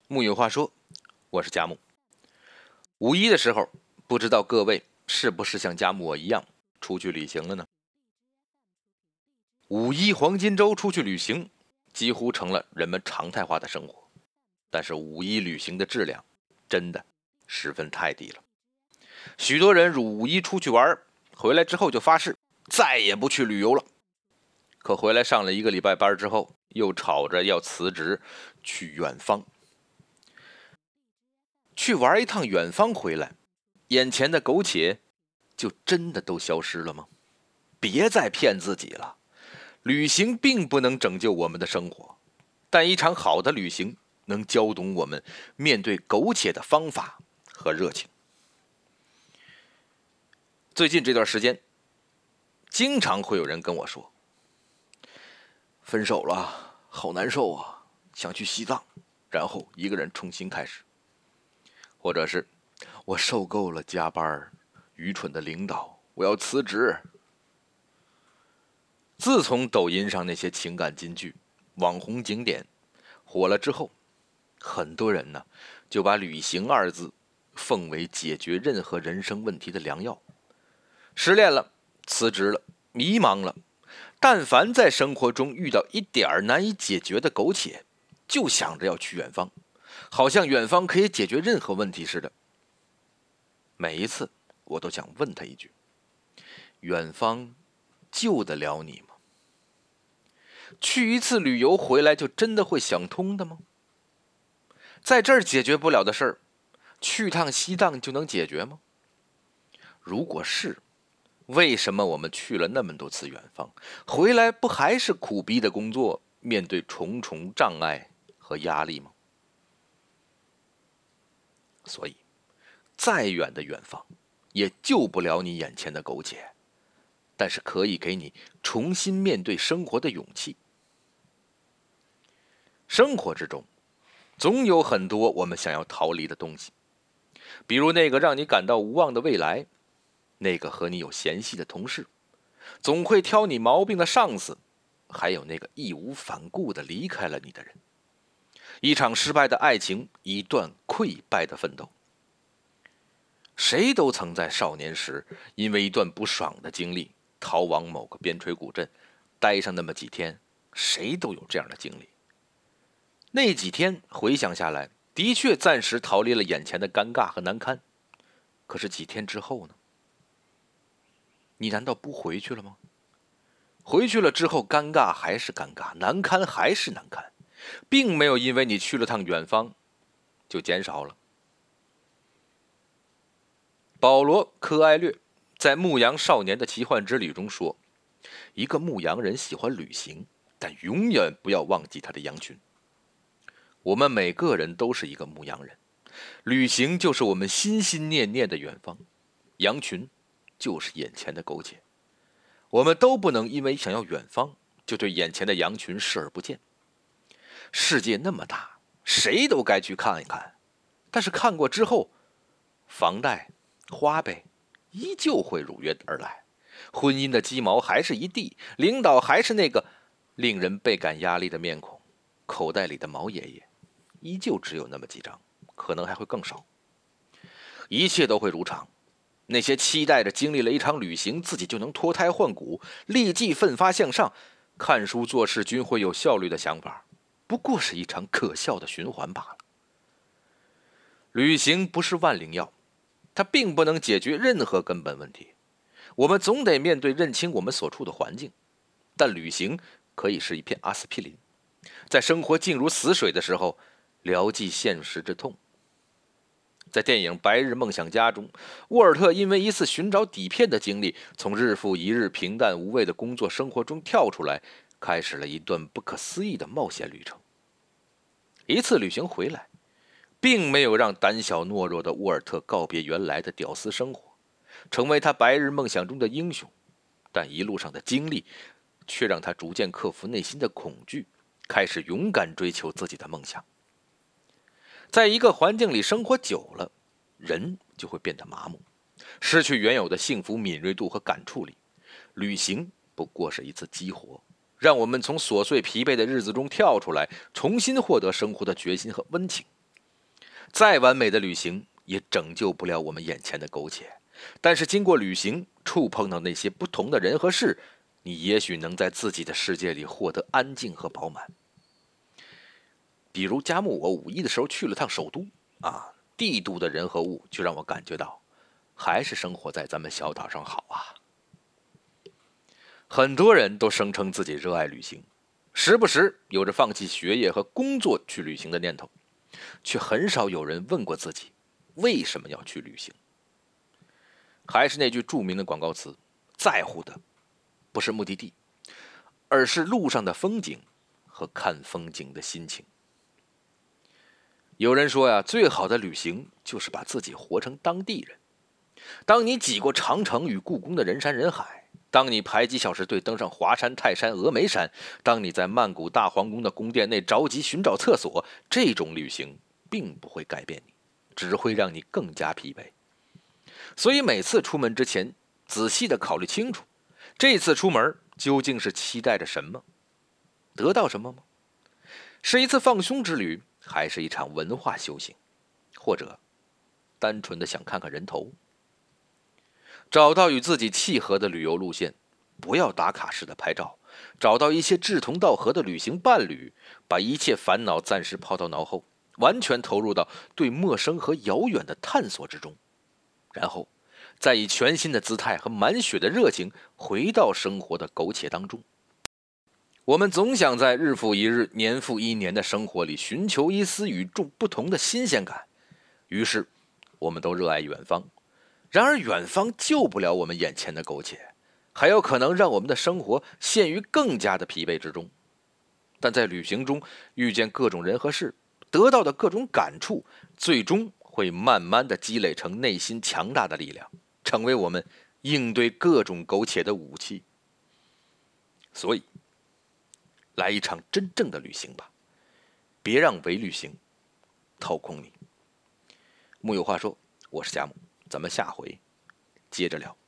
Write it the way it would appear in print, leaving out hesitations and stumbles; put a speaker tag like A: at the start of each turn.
A: 木有话说，我是佳木。五一的时候，不知道各位是不是像佳木我一样出去旅行了呢？五一黄金周出去旅行，几乎成了人们常态化的生活。但是五一旅行的质量真的十分太低了。许多人五一出去玩，回来之后就发誓再也不去旅游了。可回来上了1个礼拜班之后，又吵着要辞职去远方。去玩一趟远方回来，眼前的苟且就真的都消失了吗？别再骗自己了，旅行并不能拯救我们的生活，但一场好的旅行能教懂我们面对苟且的方法和热情。最近这段时间，经常会有人跟我说，分手了，好难受啊，想去西藏，然后一个人重新开始。或者是我受够了加班，愚蠢的领导，我要辞职。自从抖音上那些情感金句、网红景点火了之后，很多人呢就把旅行2字奉为解决任何人生问题的良药。失恋了，辞职了，迷茫了，但凡在生活中遇到一点难以解决的苟且，就想着要去远方，好像远方可以解决任何问题似的。每一次我都想问他一句，远方救得了你吗？去一次旅游回来就真的会想通的吗？在这儿解决不了的事儿，去趟西藏就能解决吗？如果是，为什么我们去了那么多次远方，回来不还是苦逼的工作，面对重重障碍和压力吗？所以再远的远方也救不了你眼前的苟且，但是可以给你重新面对生活的勇气。生活之中总有很多我们想要逃离的东西，比如那个让你感到无望的未来，那个和你有嫌隙的同事，总会挑你毛病的上司，还有那个义无反顾地离开了你的人。一场失败的爱情，一段溃败的奋斗。谁都曾在少年时因为一段不爽的经历逃往某个边陲古镇，待上那么几天，谁都有这样的经历。那几天回想下来，的确暂时逃离了眼前的尴尬和难堪。可是几天之后呢？你难道不回去了吗？回去了之后，尴尬还是尴尬，难堪还是难堪，并没有因为你去了趟远方就减少了。保罗·柯埃略在《牧羊少年的奇幻之旅》中说，一个牧羊人喜欢旅行，但永远不要忘记他的羊群。我们每个人都是一个牧羊人，旅行就是我们心心念念的远方，羊群就是眼前的苟且。我们都不能因为想要远方，就对眼前的羊群视而不见。世界那么大，谁都该去看一看，但是看过之后，房贷、花呗依旧会如约而来，婚姻的鸡毛还是一地，领导还是那个令人倍感压力的面孔，口袋里的毛爷爷依旧只有那么几张，可能还会更少。一切都会如常。那些期待着经历了一场旅行自己就能脱胎换骨，立即奋发向上，看书做事均会有效率的想法，不过是一场可笑的循环罢了。旅行不是万灵药，它并不能解决任何根本问题。我们总得面对认清我们所处的环境，但旅行可以是一片阿司匹林，在生活静如死水的时候，疗剂现实之痛。在电影《白日梦想家》中，沃尔特因为一次寻找底片的经历，从日复一日平淡无味的工作生活中跳出来，开始了一段不可思议的冒险旅程。一次旅行回来，并没有让胆小懦弱的沃尔特告别原来的屌丝生活，成为他白日梦想中的英雄，但一路上的经历却让他逐渐克服内心的恐惧，开始勇敢追求自己的梦想。在一个环境里生活久了，人就会变得麻木，失去原有的幸福敏锐度和感触力。旅行不过是一次激活，让我们从琐碎疲惫的日子中跳出来，重新获得生活的决心和温情。 再完美的旅行也拯救不了我们眼前的苟且。但是经过旅行，触碰到那些不同的人和事，你也许能在自己的世界里获得安静和饱满。比如佳木，我5·1的时候去了趟首都啊，帝都的人和物就让我感觉到，还是生活在咱们小岛上好啊。很多人都声称自己热爱旅行，时不时有着放弃学业和工作去旅行的念头，却很少有人问过自己为什么要去旅行。还是那句著名的广告词，在乎的不是目的地，而是路上的风景和看风景的心情。有人说呀，最好的旅行就是把自己活成当地人。当你挤过长城与故宫的人山人海，当你排几小时队登上华山、泰山、峨眉山，当你在曼谷大皇宫的宫殿内着急寻找厕所，这种旅行并不会改变你，只会让你更加疲惫。所以每次出门之前，仔细的考虑清楚，这次出门究竟是期待着什么，得到什么吗？是一次放松之旅，还是一场文化修行，或者单纯的想看看人头？找到与自己契合的旅游路线，不要打卡式的拍照，找到一些志同道合的旅行伴侣，把一切烦恼暂时抛到脑后，完全投入到对陌生和遥远的探索之中，然后再以全新的姿态和满血的热情回到生活的苟且当中。我们总想在日复一日、年复一年的生活里寻求一丝与众不同的新鲜感，于是我们都热爱远方。然而远方救不了我们眼前的苟且，还有可能让我们的生活陷于更加的疲惫之中。但在旅行中遇见各种人和事，得到的各种感触，最终会慢慢的积累成内心强大的力量，成为我们应对各种苟且的武器。所以来一场真正的旅行吧，别让伪旅行掏空你。木有话说，我是佳木，咱们下回接着聊。